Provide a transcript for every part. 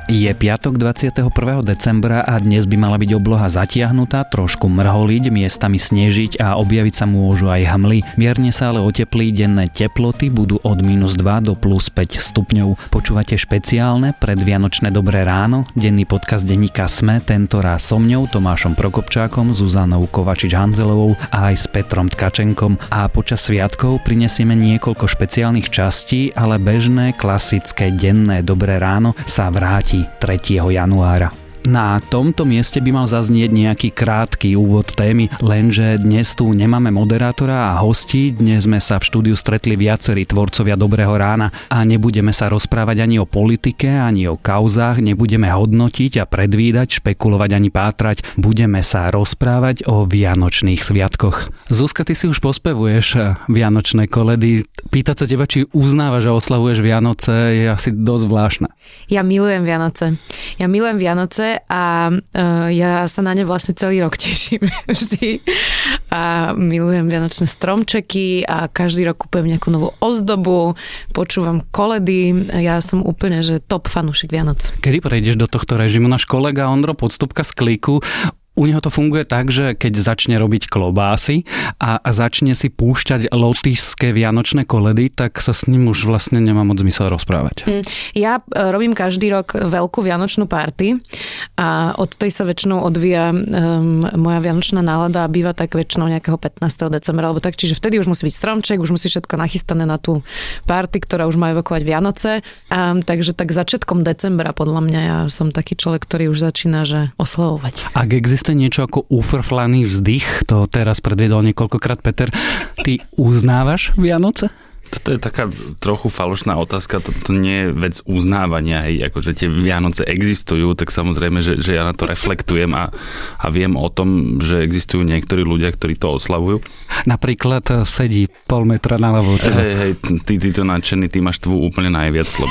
Je piatok 21. decembra a dnes by mala byť obloha zatiahnutá, trošku mrholiť, miestami snežiť a objaviť sa môžu aj hmly. Mierne sa ale oteplí, denné teploty budú od -2 do +5 stupňov. Počúvate špeciálne predvianočné Dobré ráno, denný podcast denníka SME, tentoraz so mňou, Tomášom Prokopčákom, Zuzanou Kovačič-Hanzelovou a aj s Petrom Tkačenkom. A počas sviatkov prinesieme niekoľko špeciálnych častí, ale bežné, klasické denné Dobré ráno sa vráti 3. januára. Na tomto mieste by mal zaznieť nejaký krátky úvod témy, lenže dnes tu nemáme moderátora a hostí, dnes sme sa v štúdiu stretli viacerí tvorcovia Dobrého rána a nebudeme sa rozprávať ani o politike, ani o kauzách, nebudeme hodnotiť a predvídať, špekulovať ani pátrať, budeme sa rozprávať o vianočných sviatkoch. Zuzka, ty si už pospevuješ vianočné koledy, pýtať sa teba, či uznávaš a oslavuješ Vianoce, je asi dosť zvláštne. Ja milujem Vianoce a ja sa na ne vlastne celý rok teším vždy a milujem vianočné stromčeky a každý rok kúpujem nejakú novú ozdobu, počúvam koledy, ja som úplne, že top fanúšik Vianoc. Kedy prejdeš do tohto režimu? Náš kolega Ondro Podstupka z Kliku, u neho to funguje tak, že keď začne robiť klobásy a začne si púšťať lotyšské vianočné koledy, tak sa s ním už vlastne nemá moc zmysel rozprávať. Ja robím každý rok veľkú vianočnú party a od tej sa väčšinou odvíja moja vianočná nálada a býva tak väčšinou nejakého 15. decembra, alebo tak, čiže vtedy už musí byť stromček, už musí všetko nachystané na tú party, ktorá už má evokovať Vianoce. Takže tak začiatkom decembra podľa mňa ja som taký človek, ktorý už začína že oslavovať. Ak existuje niečo ako ufrflaný vzdych, to teraz predviedol niekoľkokrát Peter. Ty uznávaš Vianoce? Toto je taká trochu falošná otázka, to nie je vec uznávania, hej, akože tie Vianoce existujú, tak samozrejme, že ja na to reflektujem a viem o tom, že existujú niektorí ľudia, ktorí to oslavujú. Napríklad sedí pol metra naľavo. Hej, ty to nadšený, ty máš tvú úplne najviac, lebo...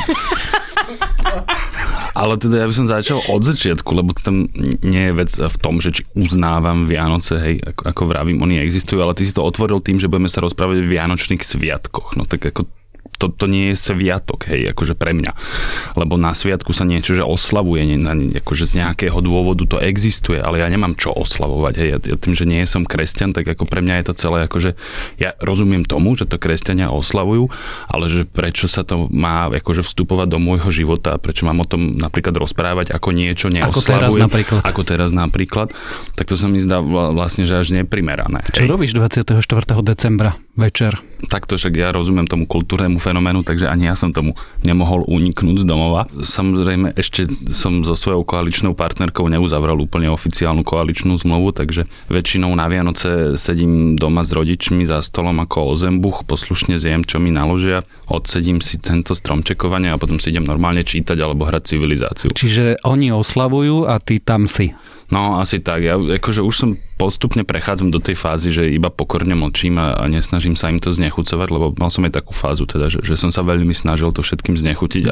Ale teda ja by som začal od začiatku, lebo tam nie je vec v tom, že či uznávam Vianoce, hej, ako vravím, oni existujú, ale ty si to otvoril tým, že budeme sa rozprávať o vianočných sviatkoch. No tak ako to nie je sviatok, hej, akože pre mňa. Lebo na sviatku sa niečo, že oslavuje, akože z nejakého dôvodu to existuje, ale ja nemám čo oslavovať, hej. Ja tým, že nie som kresťan, tak ako pre mňa je to celé, akože ja rozumiem tomu, že to kresťania oslavujú, ale že prečo sa to má akože vstupovať do môjho života, prečo mám o tom napríklad rozprávať, ako niečo neoslavujem. Ako teraz napríklad. Tak to sa mi zdá vlastne, že až neprimerané. Čo robíš 24. decembra večer? Takto však ja rozumiem tomu kultúrnemu fenoménu, takže ani ja som tomu nemohol uniknúť z domova. Samozrejme, ešte som so svojou koaličnou partnerkou neuzavrel úplne oficiálnu koaličnú zmluvu, takže väčšinou na Vianoce sedím doma s rodičmi za stolom ako ozembuch, poslušne zjem, čo mi naložia, odsedím si tento stromčekovanie a potom si idem normálne čítať alebo hrať Civilizáciu. Čiže oni oslavujú a ty tam si. No, asi tak. Ja akože už som postupne prechádzam do tej fázy, že iba pokorne mlčím a nesnažím sa im to znechucovať, lebo mal som aj takú fázu, teda, že som sa veľmi snažil to všetkým znechutiť,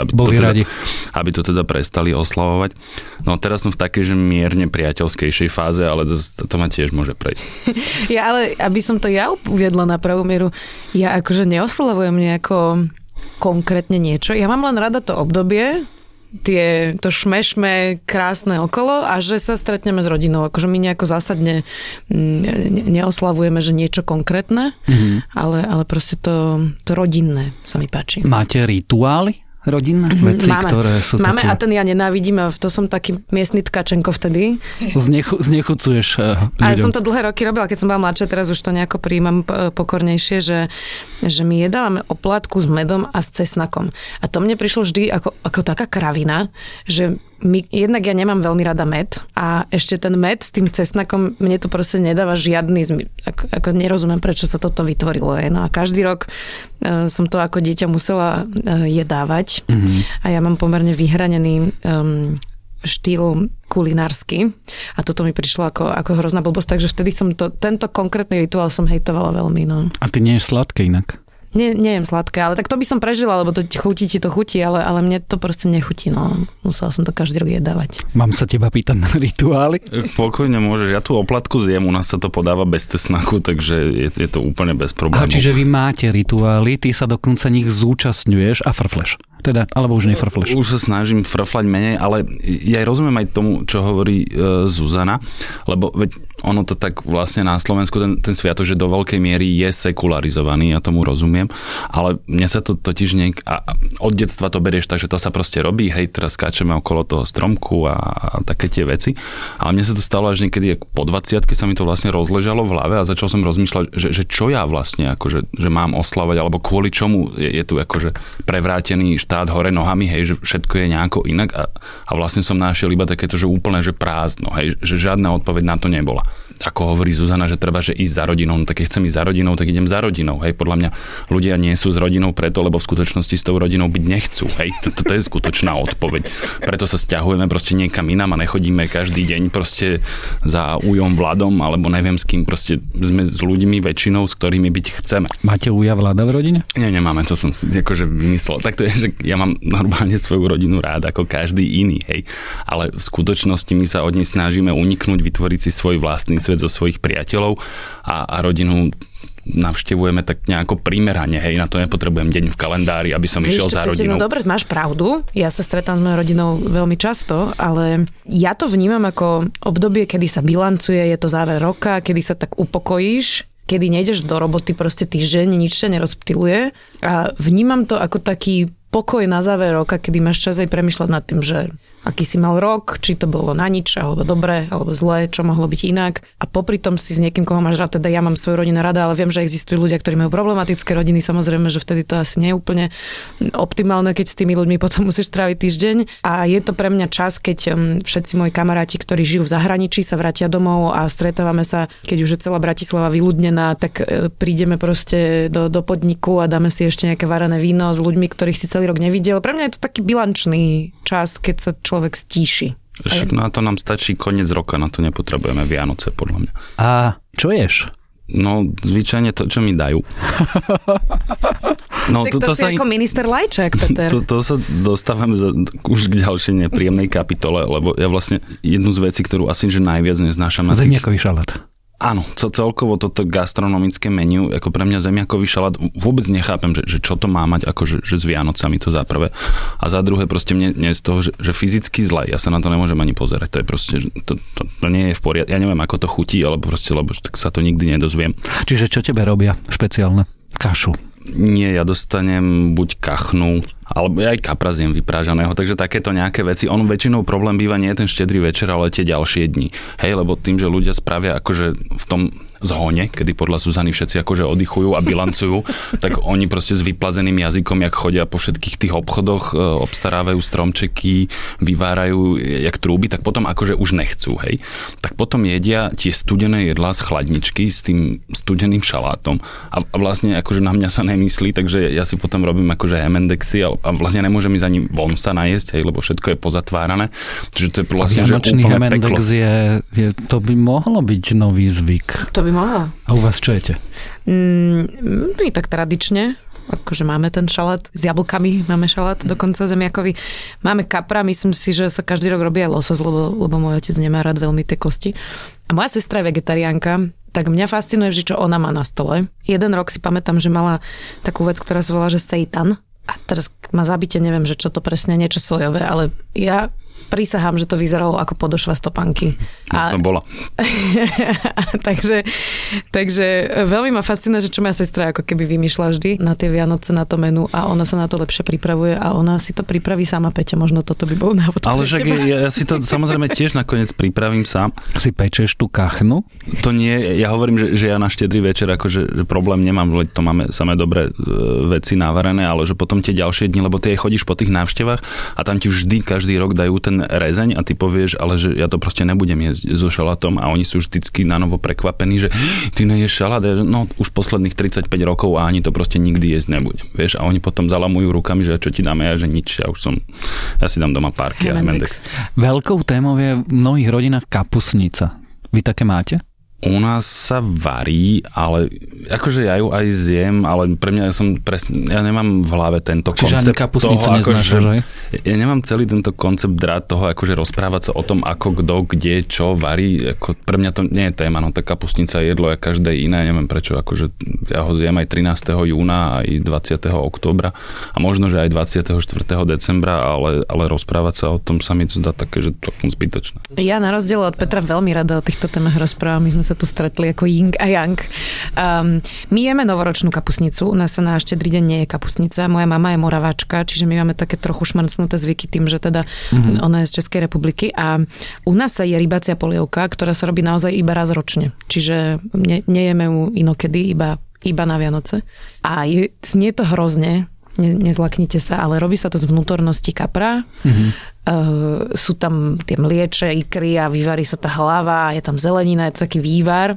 aby to teda prestali oslavovať. No teraz som v takej, že mierne priateľskejšej fáze, ale to ma tiež môže prejsť. Ja, ale aby som to ja uviedla na pravú mieru, ja akože neoslavujem nejako konkrétne niečo. Ja mám len rada to obdobie, to šmešme krásne okolo a že sa stretneme s rodinou. Akože my nejako zásadne neoslavujeme, že niečo konkrétne, ale proste to rodinné sa mi páči. Máte rituály rodinné? Veci, ktoré sú máme také... a ten ja nenávidím a to som taký miestny Tkačenko vtedy. Znechucuješ ľuďom. Ale som to dlhé roky robila, keď som bola mladšia, teraz už to nejako prijímam pokornejšie, že my jedávame oplatku s medom a s cesnakom. A to mne prišlo vždy ako taká kravina, že jednak ja nemám veľmi rada med a ešte ten med s tým cesnakom mne to proste nedáva žiadny ako nerozumiem, prečo sa toto vytvorilo. No a každý rok som to ako dieťa musela jedávať a ja mám pomerne vyhranený štýl kulinársky a toto mi prišlo ako hrozná blbosť, takže vtedy som tento konkrétny rituál som hejtovala veľmi. No. A ty nie je sladké inak? Nejem sladké, ale tak to by som prežila, lebo to chutí, ti to chutí, ale mne to proste nechutí, no. Musela som to každý rok jedávať. Mám sa teba pýtať na rituály? Pokojne môžeš, ja tú oplatku zjem, u nás sa to podáva bez cesnaku, takže je to úplne bez problémov. Čiže vy máte rituály, ty sa dokonca nich zúčastňuješ a frfleš. teda, alebo už nefrfleš? Už sa snažím frflať menej, ale ja aj rozumiem aj tomu, čo hovorí Zuzana, lebo veď ono to tak vlastne na Slovensku, ten sviatok, že do veľkej miery je sekularizovaný, ja tomu rozumiem, ale mne sa to totiž od detstva to berieš tak, že to sa proste robí, hej, teraz skáčeme okolo toho stromku a také tie veci, ale mne sa to stalo až niekedy po 20-ke sa mi to vlastne rozležalo v hlave a začal som rozmýšľať, že čo ja vlastne akože, že mám oslavať, alebo kvôli čomu je tu akože prevrátený štát hore nohami, hej, že všetko je nejako inak a vlastne som našiel iba takéto, že úplne, že prázdno, hej, že žiadna odpoveď na to nebola. Ako hovorí Zuzana, že treba, že ísť za rodinou, no tak keď chcem ísť za rodinou, tak idem za rodinou, hej, podľa mňa ľudia nie sú s rodinou preto, lebo v skutočnosti s tou rodinou byť nechcú, hej, to je skutočná odpoveď. Preto sa sťahujeme proste niekam inám a nechodíme každý deň proste za Ujom Vladom, alebo neviem s kým, proste sme s ľuďmi väčšinou, s ktorými byť chceme. Máte Uja Vlada v rodine? Nie, nemáme, to som si akože vymyslel. Tak to je, že ja mám normálne svoju rodinu rád ako každý iný, hej, ale v skutočnosti my sa od nej snažíme uniknúť, vytvoriť si svoj vlastný svet zo svojich priateľov a rodinu navštevujeme tak nejako primerane, hej, na to nepotrebujem deň v kalendári, aby som išiel za rodinou. No dobre, máš pravdu, ja sa stretám s mojou rodinou veľmi často, ale ja to vnímam ako obdobie, kedy sa bilancuje, je to záver roka, kedy sa tak upokojíš, kedy nejdeš do roboty proste týždeň, nič sa nerozptyluje a vnímam to ako taký pokoj na záver roka, kedy máš čas aj premýšľať nad tým, že aký si mal rok, či to bolo na nič, alebo dobre, alebo zlé, čo mohlo byť inak. A popri tom si s niekým, koho máš rád, teda ja mám svoju rodinu rada, ale viem, že existujú ľudia, ktorí majú problematické rodiny, samozrejme, že vtedy to asi nie je úplne optimálne, keď s tými ľuďmi potom musíš stráviť týždeň. A je to pre mňa čas, keď všetci moji kamaráti, ktorí žijú v zahraničí, sa vrátia domov a stretávame sa, keď už je celá Bratislava vyľudnená, tak prídeme proste do podniku a dáme si ešte nejaké varené víno s ľuďmi, ktorých si celý rok nevidel. Pre mňa je to taký bilančný čas, keď sa človek stíši. Na to nám stačí koniec roka, na to nepotrebujeme Vianoce, podľa mňa. A čo ješ? No, zvyčajne to, čo mi dajú. No, to si ako minister Lajčák, Peter. To sa dostávam už k ďalšej nepríjemnej kapitole, lebo ja vlastne jednu z vecí, ktorú asi že najviac neznášam na zemiakový šalát. Áno, celkovo toto gastronomické menu, ako pre mňa zemiakový šalát, vôbec nechápem, že čo to má mať, ako že s Vianocami to za prvé. A za druhé proste mne z toho, že fyzicky zle, ja sa na to nemôžem ani pozerať. To je proste, to nie je v poriadku. Ja neviem, ako to chutí, ale proste, lebo tak sa to nikdy nedozviem. Čiže čo tebe robia špeciálne? Kašu? Nie, ja dostanem buď kachnu, alebo aj kapra zjem vyprážaného, takže takéto nejaké veci. On väčšinou problém býva nie ten štedrý večer, ale tie ďalšie dni. Hej, lebo tým, že ľudia spravia akože v tom zhone, kedy podľa Zuzany všetci akože oddychujú a bilancujú, tak oni proste s vyplazeným jazykom, jak chodia po všetkých tých obchodoch, obstarávajú stromčeky, vyvárajú jak trúby, tak potom akože už nechcú, hej. Tak potom jedia tie studené jedlá z chladničky s tým studeným šalátom a vlastne akože na mňa sa nemyslí, takže ja si potom robím akože M&Xy a vlastne nemôžem ísť ani von sa najesť, hej, lebo všetko je pozatvárané. Čiže to je vlastne že úplne peklo. To by mohlo byť nový zvyk. To by mohlo. A u vás čo jete? My tak tradične, akože máme ten šalát s jablkami, máme šalát dokonca zemiakový. Máme kapra, myslím si, že sa každý rok robí aj losos, lebo môj otec nemá rád veľmi tie kosti. A moja sestra je vegetariánka, tak mňa fascinuje vždy, čo ona má na stole. Jeden rok si pamätám, že mala takú vec, ktorá sa volá, že seitan. A teraz ma zabite, neviem, že čo to presne, niečo sojové, ale ja prisahám, že to vyzeralo ako podošva stopanky. A bola. takže veľmi ma fascinuje, že čo moja sestra ako keby vymýšľa vždy na tie Vianoce, na to menu a ona sa na to lepšie pripravuje a ona si to pripraví sama, Peťa, možno toto by bol návod. Ale však ja si to samozrejme tiež nakoniec pripravím sám. Si pečeš tú kachnu? To nie, ja hovorím, že ja na štedrý večer akože že problém nemám, lebo to máme samé dobré veci navarené, ale že potom tie ďalšie dni, lebo ty chodíš po tých návštevách a tam ti vždy každý rok dajú ten rezeň a ty povieš, ale že ja to proste nebudem jesť so šalátom a oni sú vždycky na novo prekvapení, že ty neješ šalát, no už posledných 35 rokov a ani to proste nikdy jesť nebudem. Vieš, a oni potom zalamujú rukami, že čo ti dáme, ja že nič, ja si dám doma párky a M&X. Veľkou témou je v mnohých rodinách kapusnica. Vy také máte? U nás sa varí, ale akože ja ju aj zjem, ale pre mňa ja nemám v hlave tento koncept toho, akože, ja nemám celý tento koncept toho, akože rozprávať sa o tom, ako kto, kde, čo varí, ako pre mňa to nie je téma, no tá kapustnica je jedlo, ja každé iné, neviem prečo, akože ja ho zjem aj 13. júna, aj 20. októbra a možno, že aj 24. decembra, ale rozprávať sa o tom sa mi to zdá také, že to je zbytočné. Ja na rozdiel od Petra veľmi rada o týchto témach rozprávam, my sme sa tu stretli ako yin a yang. My jeme novoročnú kapustnicu, u nás sa na Štedrý deň nie je kapustnica, moja mama je Moraváčka, čiže my máme také trochu šmrcnuté zvyky tým, že teda ona je z Českej republiky a u nás sa je rybacia polievka, ktorá sa robí naozaj iba raz ročne, čiže nejeme ju inokedy, iba na Vianoce. A nie je to hrozne, nezlaknite sa, ale robí sa to z vnútornosti kapra. Sú tam tie mlieče, ikry a vyvarí sa tá hlava, je tam zelenina, je to taký vývar.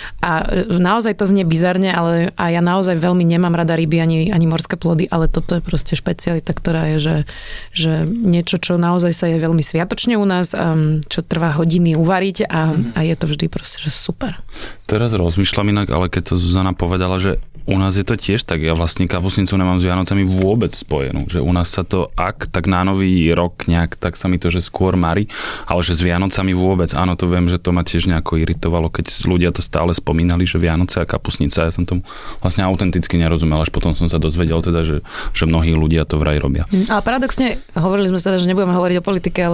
A naozaj to znie bizarne, ale a ja naozaj veľmi nemám rada ryby ani morské plody, ale toto je proste špecialita, ktorá je, že niečo, čo naozaj sa je veľmi sviatočne u nás, čo trvá hodiny uvariť a je to vždy proste, že super. Teraz rozmýšľam inak, ale keď to Zuzana povedala, že u nás je to tiež tak, ja vlastne kapustnicu nemám s Vianocami vôbec spojenú, že u nás sa to tak na nový rok nejak, tak sa mi to, že skôr marí, ale že s Vianocami vôbec, áno, to viem, že to ma tiež nejako iritovalo, keď ľudia to stále spomínali, že Vianoce a kapustnica, ja som tomu vlastne autenticky nerozumel, až potom som sa dozvedel teda, že mnohí ľudia to vraj robia. Ale paradoxne, hovorili sme teda, že nebudeme hovoriť o politike, ale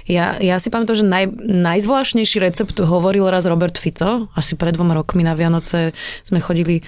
ja si pamätám, že najzvláštnejší recept hovoril raz Robert Fico, asi pred 2 rokmi na Vianoce sme chodili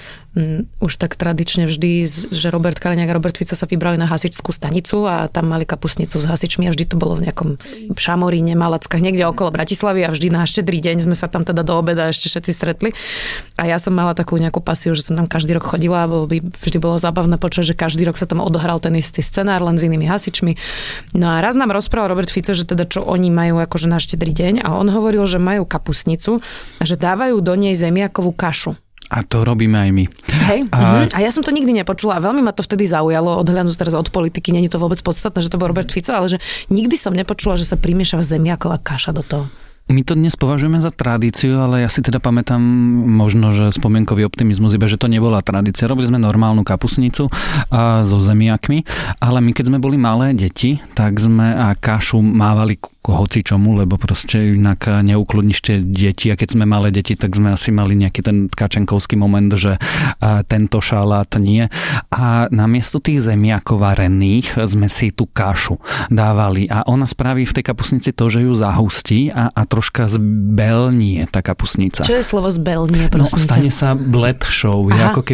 už tak tradične vždy, že Robert Kaliňák a Robert Fico sa vybrali na hasičskú stanicu a tam mali kapustnicu s hasičmi a vždy to bolo v nejakom Šamoríne, Malackách, niekde okolo Bratislavy a vždy na Štedrý deň sme sa tam teda do obeda ešte všetci stretli. A ja som mala takú nejakú pasiu, že som tam každý rok chodila a vždy bolo zábavné počuť, že každý rok sa tam odohral ten istý scenár, len s inými hasičmi. No a raz nám rozprával Robert Fico, že teda čo oni majú akože na Štedrý deň a on hovoril, že majú kapustnicu a že dávajú do nej zemiakovú kašu. A to robíme aj my. Hej, a ja som to nikdy nepočula a veľmi ma to vtedy zaujalo, odhľadnúť teraz od politiky, nie je to vôbec podstatné, že to bol Robert Fico, ale že nikdy som nepočula, že sa primiešava zemiaková kaša do toho. My to dnes považujeme za tradíciu, ale ja si teda pamätám možno, že spomienkový optimizmus, iba že to nebola tradícia. Robili sme normálnu kapustnicu so zemiakmi, ale my keď sme boli malé deti, tak sme kašu mávali hoci čomu, lebo proste inak neukludníš tie deti a keď sme malé deti, tak sme asi mali nejaký ten tkačenkovský moment, že tento šalát nie. A namiesto tých zemiakov varených sme si tú kašu dávali a ona spraví v tej kapustnici to, že ju zahustí a troška zbelnie tá kapustnica. Čo je slovo zbelnie? No, stane sa bledšou.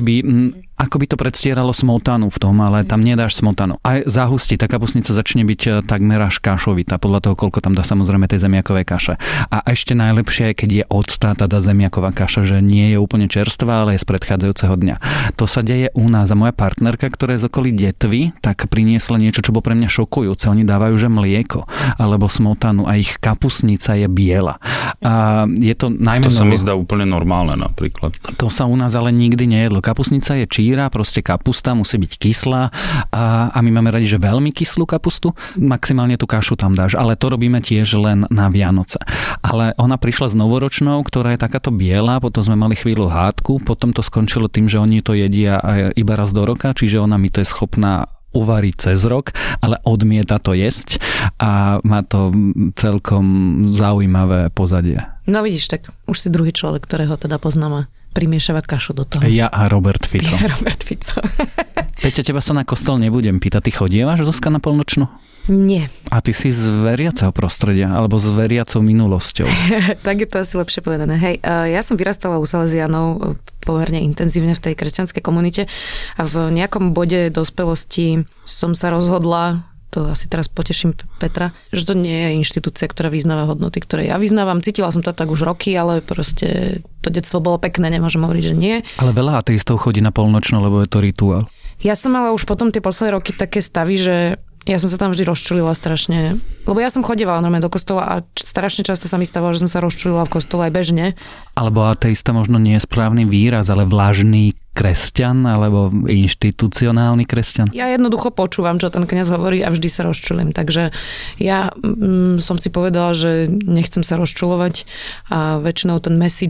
Ako by to predstieralo smotanu v tom, ale tam nedáš smotanu. A zahustí, tá kapustnica začne byť takmer až kašovitá, podľa toho, koľko tam dá samozrejme tej zemiakovej kaše. A ešte najlepšie je, keď je octá tá zemiaková kaša, že nie je úplne čerstvá, ale je z predchádzajúceho dňa. To sa deje u nás a moja partnerka, ktorá je z okolí Detvy, tak priniesla niečo, čo bolo pre mňa šokujúce. Oni dávajú, že mlieko alebo smotanu a ich kapustnica je biela. A je to najmä... To sa mi zdá úplne normálne napríklad. To sa u nás ale nikdy nejedlo. Kapustnica je proste kapusta, musí byť kyslá a my máme radi, že veľmi kyslú kapustu, maximálne tú kašu tam dáš, ale to robíme tiež len na Vianoce. Ale ona prišla s novoročnou, ktorá je takáto biela, potom sme mali chvíľu hádku, potom to skončilo tým, že oni to jedia iba raz do roka, čiže ona mi to je schopná uvariť cez rok, ale odmieta to jesť a má to celkom zaujímavé pozadie. No vidíš, tak už si druhý človek, ktorého teda poznáme. Primiešavať kašu do toho. Ja a Robert Fico. Robert Fico. Peťa, teba sa na kostol nebudem pýtať. Ty chodievaš, Zuzka, na polnočnú? Nie. A ty si z veriaceho prostredia, alebo s veriacou minulosťou? Tak je to asi lepšie povedané. Hej, ja som vyrastala u Salesianov pomerne intenzívne v tej kresťanskej komunite a v nejakom bode dospelosti som sa rozhodla, to asi teraz poteším Petra, že to nie je inštitúcia, ktorá vyznáva hodnoty, ktoré ja vyznávam. Cítila som to tak už roky, ale proste to detstvo bolo pekné, nemôžem hovoriť, že nie. Ale veľa ateistov chodí na polnočnú, lebo je to rituál. Ja som mala už potom tie posledné roky také stavy, že ja som sa tam vždy rozčulila strašne. Lebo ja som chodievala normálne do kostola a strašne často sa mi stávalo, že som sa rozčulila v kostole aj bežne. Alebo ateista možno nie je správny výraz, ale vlažný kresťan alebo inštitucionálny kresťan. Ja jednoducho počúvam, čo ten kňaz hovorí a vždy sa rozčulím. Takže ja som si povedala, že nechcem sa rozčulovať a väčšinou ten message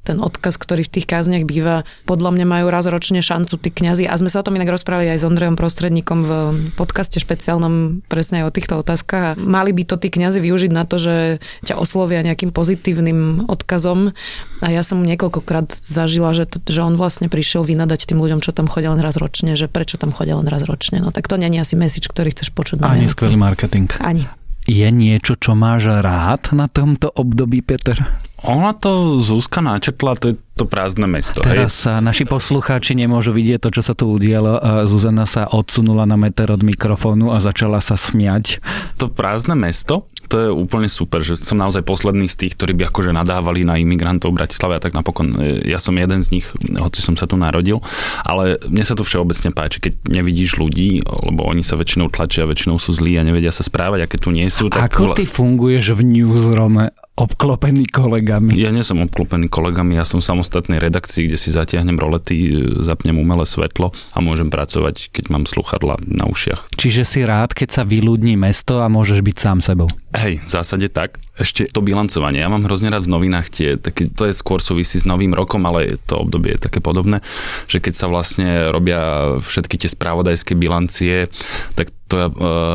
ten odkaz, ktorý v tých kázniach býva, podľa mňa majú raz ročne šancu tí kňazi. A sme sa o tom inak rozprávali aj s Ondrejom Prostredníkom v podcaste špeciálnom presne aj o týchto otázkach. A mali by to tí kňazi využiť na to, že ťa oslovia nejakým pozitívnym odkazom. A ja som mu niekoľkokrát zažila, že on vlastne prišiel vynadať tým ľuďom, čo tam chodia len raz ročne, že prečo tam chodia len raz ročne. No tak to nie je asi message, ktorý chceš počuť. Ani skvelý marketing. Ani. Je niečo, čo máš rád na tomto období, Peter? Ona to Zuzka načetla, to je to prázdne mesto. Teraz sa naši poslucháči nemôžu vidieť to, čo sa tu udialo. Zuzana sa odsunula na meter od mikrofónu a začala sa smiať. To prázdne mesto, to je úplne super, že som naozaj posledný z tých, ktorí by akože nadávali na imigrantov v Bratislave a tak napokon ja som jeden z nich, hoci som sa tu narodil, ale mne sa to všeobecne páči, keď nevidíš ľudí, lebo oni sa väčšinou tlačia, väčšinou sú zlí a nevedia sa správať, a keď tu nie sú, tak... Ako ty funguješ v newsroome obklopený kolegami? Ja nie som obklopený kolegami, ja som v samostatnej redakcii, kde si zatiahnem rolety, zapnem umelé svetlo a môžem pracovať, keď mám sluchadla na ušiach. Čiže si rád, keď sa vyľudní mesto a môžeš byť sám sebou? Hej, v zásade tak. Ešte to bilancovanie. Ja mám hrozne rád v novinách to je skôr súvisí s novým rokom, ale to obdobie je také podobné, že keď sa vlastne robia všetky tie spravodajské bilancie, tak to ja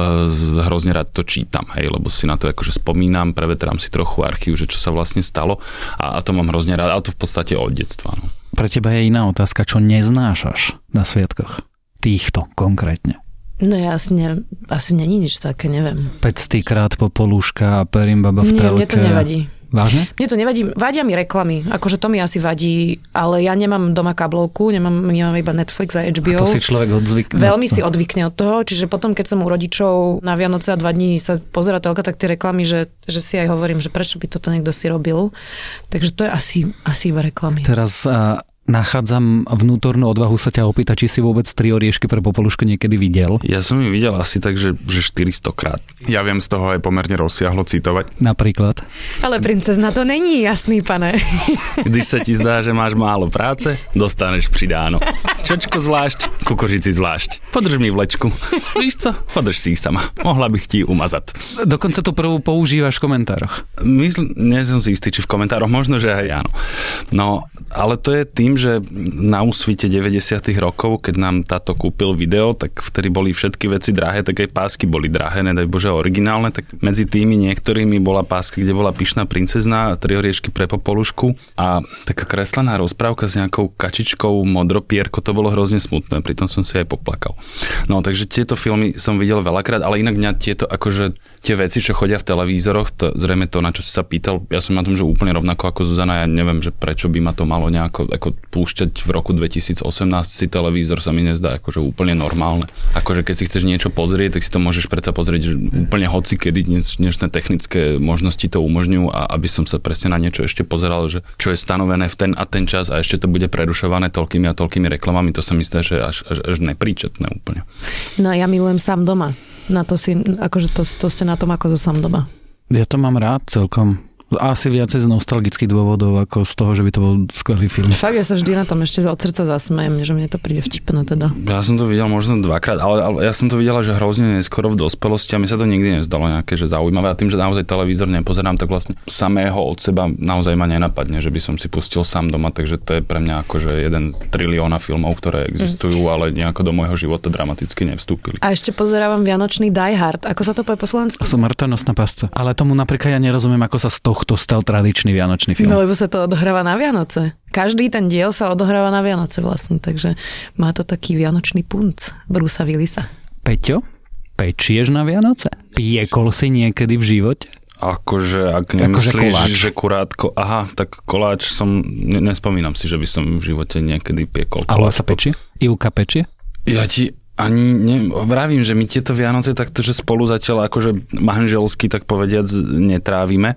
hrozne rád to čítam, hej, lebo si na to akože spomínam, prevetrám si trochu archív, že čo sa vlastne stalo a to mám hrozne rád, ale to v podstate od detstva. No. Pre teba je iná otázka, čo neznášaš na sviatkoch? Týchto konkrétne. No ja asi není nič také, neviem. 500 krát Popoluška a Perimbaba v telke. Nie, mne to nevadí. Vážne? Mne to nevadí. Vadia mi reklamy. Akože to mi asi vadí, ale ja nemám doma kablovku, nemám iba Netflix a HBO. A to si človek odvykne. Veľmi si odvykne od toho, čiže potom, keď som u rodičov na Vianoce a 2 dní sa pozerá telka, tak tie reklamy, že si aj hovorím, že prečo by toto niekto si robil. Takže to je asi iba reklamy. Teraz nachádzam vnútornú odvahu sa ťa opýtať, či si vôbec 3 oriešky pre Popolušku niekedy videl. Ja som ju videl asi tak, že 400 krát. Ja viem z toho aj pomerne rozsiahlo citovať. Napríklad? Ale princezna to není jasný, pane. Když sa ti zdá, že máš málo práce, dostaneš pridáno. Čočko zvlášť, kukuřici zvlášť. Podrž mi vlečku. Víš co? Podrž si sama. Mohla bych ti umazať. Dokonca tú prvú používaš v komentároch. Nie som si istý, či v komentároch. Možno, že aj áno. No, ale to je tým, že na úsvite 90. rokov, keď nám táto kúpil video, tak vtedy boli všetky veci drahé, tak aj pásky boli drahé, nedaj Bože originálne, tak medzi tými niektorými bola páska, kde bola pyšná princezna, 3 oriešky pre Popolušku a taká kreslená rozprávka s nejakou kačičkou modropierko, to bolo hrozne smutné, pritom som si aj poplakal. No, takže tieto filmy som videl veľakrát, ale inak mňa tieto akože tie veci, čo chodia v televízoroch, to, zrejme to, na čo si sa pýtal, ja som na tom, že úplne rovnako ako Zuzana, ja neviem, že prečo by ma to malo nejako ako púšťať v roku 2018 si televízor, sa mi nezdá akože úplne normálne. Akože keď si chceš niečo pozrieť, tak si to môžeš predsa pozrieť, že úplne hoci kedy dnešné technické možnosti to umožňujú a aby som sa presne na niečo ešte pozeral, že čo je stanovené v ten a ten čas a ešte to bude prerušované toľkými a toľkými reklamami, to sa mi zdá, že až nepríčetné úplne. No ja milujem Sám doma. Na to si, akože to ste na tom ako zo Sám doma. Ja to mám rád celkom. Asi viacej z nostalgických dôvodov, ako z toho, že by to bol skvelý film. Fakt, ja sa vždy na tom ešte od srdca zasmejem, že mne to príde vtipné teda. Ja som to videl možno 2-krát, ale ja som to videla, že hrozne neskoro v dospelosti a mi sa to nikdy nezdalo nejaké že zaujímavé. A tým, že naozaj televízor nepozerám, tak vlastne samého od seba naozaj ma nenapadne, že by som si pustil Sám doma, takže to je pre mňa akože 1 trilióna filmov, ktoré existujú, ale nejako do môjho života dramaticky nevstúpili. A ešte pozerávam Vianočný Die Hard. Ako sa to povie po slovensku? Smrtonosná pasca. Ale tomu napríklad ja nerozumiem, ako sa z tohto stal tradičný vianočný film. No lebo sa to odohráva na Vianoce. Každý ten diel sa odohráva na Vianoce vlastne, takže má to taký vianočný punc Brusa Willisa. Peťo, pečieš na Vianoce? Piekol si niekedy v živote? Akože, ak nemyslíš, že kurátko, aha, tak koláč som, nespomínam si, že by som v živote niekedy piekol koláč. Ale sa pečie? Ivka pečie? Ja ti ani vravím, že my tieto Vianoce takto, že spolu zatiaľ akože manželsky, tak povediac, netrávime.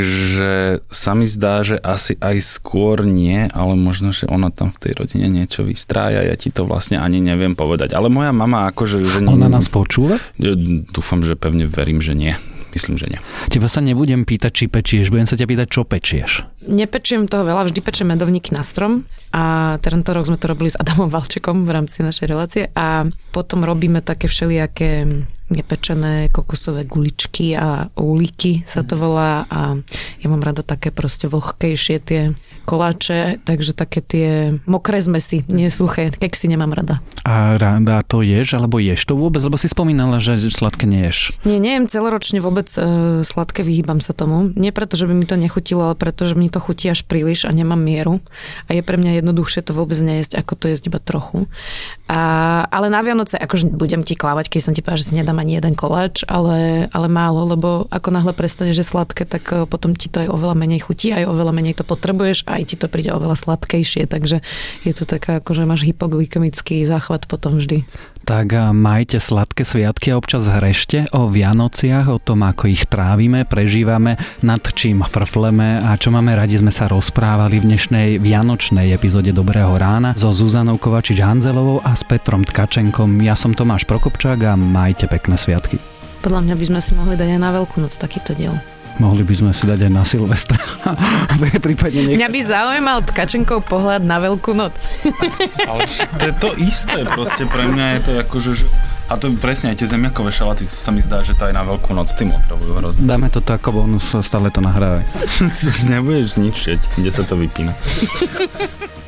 Takže sa mi zdá, že asi aj skôr nie, ale možno, že ona tam v tej rodine niečo vystrája, ja ti to vlastne ani neviem povedať. Ale moja mama akože... Že ona nás počúva? Ja dúfam, že pevne verím, že nie. Myslím, že nie. Teba sa nebudem pýtať, či pečieš, budem sa ťa pýtať, čo pečieš. nepečiem toho veľa, vždy pečiem medovníky na strom a tento rok sme to robili s Adamom Valčekom v rámci našej relácie a potom robíme také všelijaké nepečené kokosové guličky a úliky sa to volá a ja mám rada také proste vlhkejšie tie koláče, takže také tie mokré zmesy, nie suché, keksy nemám rada. A rada to ješ, alebo ješ to vôbec? Lebo si spomínala, že sladké neješ. Nie, nejem celoročne vôbec sladké, vyhýbam sa tomu. Nie preto, že by mi to nechutilo, ale preto, že mi to chutí až príliš a nemám mieru. A je pre mňa jednoduchšie to vôbec nejesť, ako to jesť iba trochu. Ale na Vianoce, akože budem ti klávať, keď som ti povedala, že si nedám ani jeden koláč, ale málo, lebo ako náhle prestaneš, že sladké, tak potom ti to aj oveľa menej chutí, aj oveľa menej to potrebuješ, aj ti to príde oveľa sladkejšie, takže je to taká, akože máš hypoglykemický záchvat potom vždy. Tak majte sladké sviatky a občas hrešte o Vianociach, o tom, ako ich trávime, prežívame, nad čím frfleme a čo máme radi, sme sa rozprávali v dnešnej vianočnej epizóde Dobrého rána so Zuzanou Kovačič-Hanzelovou a s Petrom Tkačenkom. Ja som Tomáš Prokopčák a majte pekné sviatky. Podľa mňa by sme si mohli dať aj na Veľkú noc takýto diel. Mohli by sme si dať aj na Silvestra. Mňa by zaujímal Tkačenkov pohľad na Veľkú noc. Ale to je to isté, proste pre mňa je to akože... A to presne aj tie zemiakové šalaty, to sa mi zdá, že to aj na Veľkú noc tým otravujú hrozne. Dáme to ako bonus, stále to nahrávaj. Už nebudeš nič šieť, kde sa to vypína.